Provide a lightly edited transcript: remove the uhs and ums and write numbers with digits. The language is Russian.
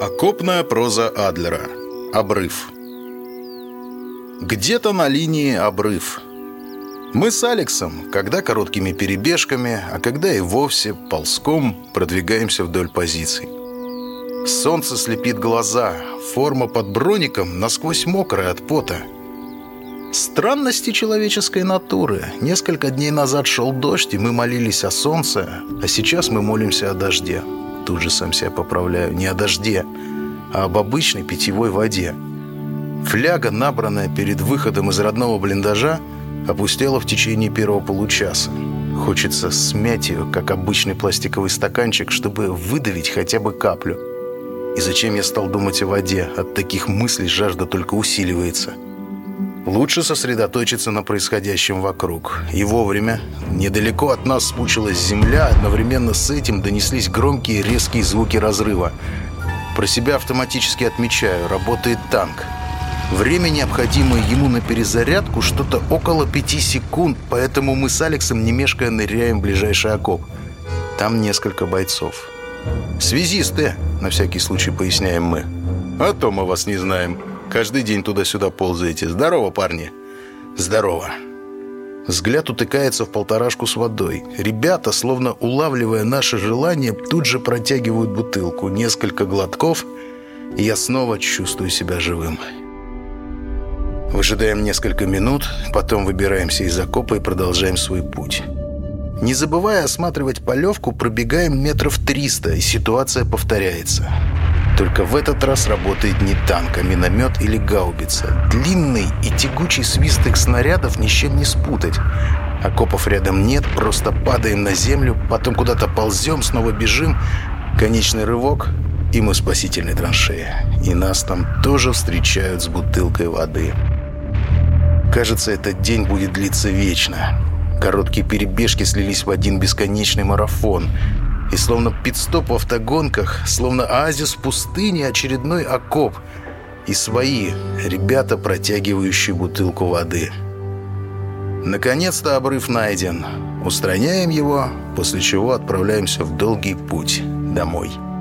Окопная проза Адлера. Обрыв. Где-то на линии обрыв. Мы с Алексом, когда короткими перебежками, а когда и вовсе ползком продвигаемся вдоль позиций. Солнце слепит глаза, форма под броником насквозь мокрая от пота. Странности человеческой натуры. Несколько дней назад шел дождь, и мы молились о солнце, а сейчас мы молимся о дожде. Тут же сам себя поправляю, не о дожде, а об обычной питьевой воде. Фляга, набранная перед выходом из родного блиндажа, опустела в течение первого получаса. Хочется смять ее, как обычный пластиковый стаканчик, чтобы выдавить хотя бы каплю. И зачем я стал думать о воде? От таких мыслей жажда только усиливается. Лучше сосредоточиться на происходящем вокруг. И вовремя. Недалеко от нас спучилась земля, одновременно с этим донеслись громкие резкие звуки разрыва. Про себя автоматически отмечаю, работает танк. Время, необходимое ему на перезарядку, что-то около 5 секунд, поэтому мы с Алексом, не мешкая, ныряем в ближайший окоп. Там несколько бойцов. «Связисты», на всякий случай поясняем мы. «А то мы вас не знаем. Каждый день туда-сюда ползаете. Здорово, парни». «Здорово». Взгляд утыкается в полторашку с водой. Ребята, словно улавливая наше желание, тут же протягивают бутылку. Несколько глотков, и я снова чувствую себя живым. Выжидаем несколько минут, потом выбираемся из окопа и продолжаем свой путь. Не забывая осматривать полевку, пробегаем метров 300, и ситуация повторяется. Только в этот раз работает не танк, а миномет или гаубица. Длинный и тягучий свист их снарядов ни с чем не спутать. Окопов рядом нет, просто падаем на землю, потом куда-то ползем, снова бежим. Конечный рывок, и мы в спасительной траншее. И нас там тоже встречают с бутылкой воды. Кажется, этот день будет длиться вечно. Короткие перебежки слились в один бесконечный марафон. И словно пит-стоп в автогонках, словно оазис в пустыне, очередной окоп. И свои ребята, протягивающие бутылку воды. Наконец-то обрыв найден. Устраняем его, после чего отправляемся в долгий путь домой.